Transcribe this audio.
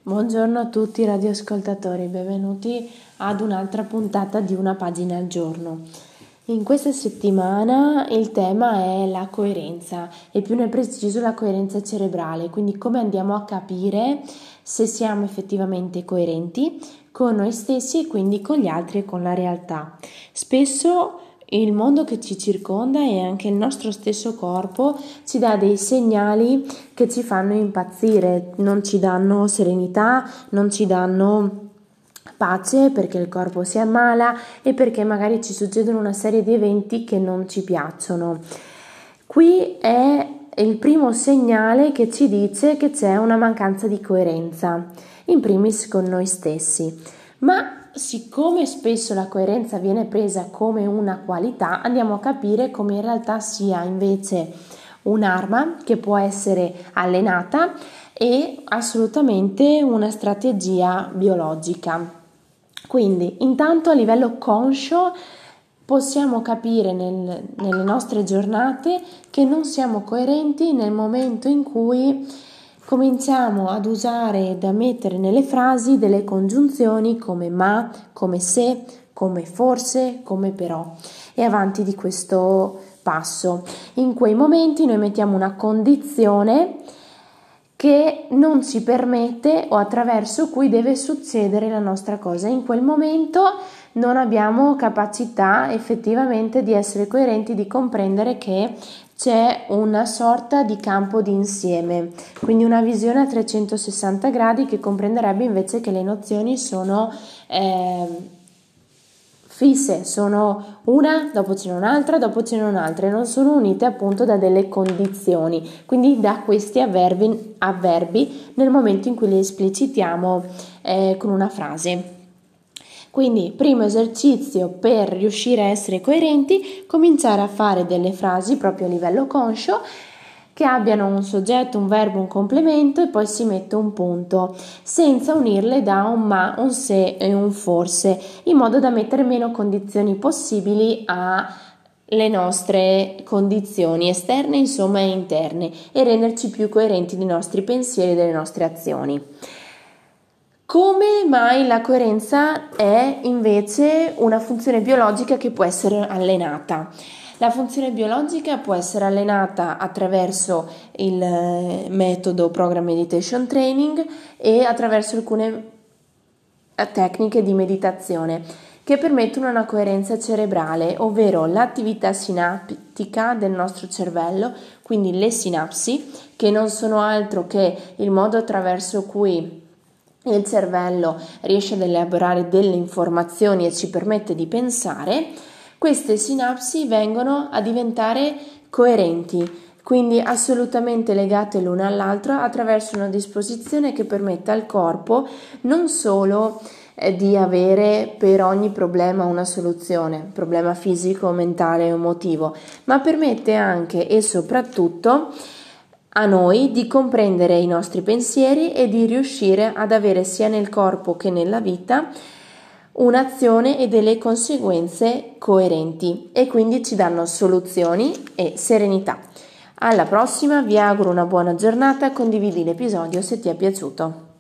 Buongiorno a tutti i radioascoltatori, benvenuti ad un'altra puntata di Una pagina al giorno. In questa settimana il tema è la coerenza e più nel preciso la coerenza cerebrale, quindi come andiamo a capire se siamo effettivamente coerenti con noi stessi e quindi con gli altri e con la realtà. Spesso il mondo che ci circonda e anche il nostro stesso corpo ci dà dei segnali che ci fanno impazzire, non ci danno serenità, non ci danno pace perché il corpo si ammala e perché magari ci succedono una serie di eventi che non ci piacciono. Qui è il primo segnale che ci dice che c'è una mancanza di coerenza, in primis con noi stessi. Ma siccome spesso la coerenza viene presa come una qualità, andiamo a capire come in realtà sia invece un'arma che può essere allenata e assolutamente una strategia biologica. Quindi, intanto a livello conscio possiamo capire nelle nostre giornate che non siamo coerenti nel momento in cui cominciamo ad usare ed a mettere nelle frasi delle congiunzioni come ma, come se, come forse, come però e avanti di questo passo. In quei momenti noi mettiamo una condizione che non ci permette o attraverso cui deve succedere la nostra cosa. In quel momento non abbiamo capacità effettivamente di essere coerenti, di comprendere che c'è una sorta di campo d'insieme, quindi una visione a 360 gradi che comprenderebbe invece che le nozioni sono fisse, sono una, dopo ce n'è un'altra, dopo ce n'è un'altra e non sono unite appunto da delle condizioni, quindi da questi avverbi nel momento in cui li esplicitiamo con una frase. Quindi, primo esercizio per riuscire a essere coerenti, cominciare a fare delle frasi proprio a livello conscio che abbiano un soggetto, un verbo, un complemento e poi si mette un punto, senza unirle da un ma, un se e un forse, in modo da mettere meno condizioni possibili alle nostre condizioni esterne, insomma, e interne, e renderci più coerenti dei nostri pensieri e delle nostre azioni. Come mai la coerenza è invece una funzione biologica che può essere allenata? La funzione biologica può essere allenata attraverso il metodo Program Meditation Training e attraverso alcune tecniche di meditazione che permettono una coerenza cerebrale, ovvero l'attività sinaptica del nostro cervello, quindi le sinapsi, che non sono altro che il modo attraverso cui il cervello riesce ad elaborare delle informazioni e ci permette di pensare. Queste sinapsi vengono a diventare coerenti, quindi assolutamente legate l'una all'altra attraverso una disposizione che permetta al corpo non solo di avere per ogni problema una soluzione, problema fisico, mentale o emotivo, ma permette anche e soprattutto a noi di comprendere i nostri pensieri e di riuscire ad avere sia nel corpo che nella vita un'azione e delle conseguenze coerenti e quindi ci danno soluzioni e serenità. Alla prossima, vi auguro una buona giornata, condividi l'episodio se ti è piaciuto.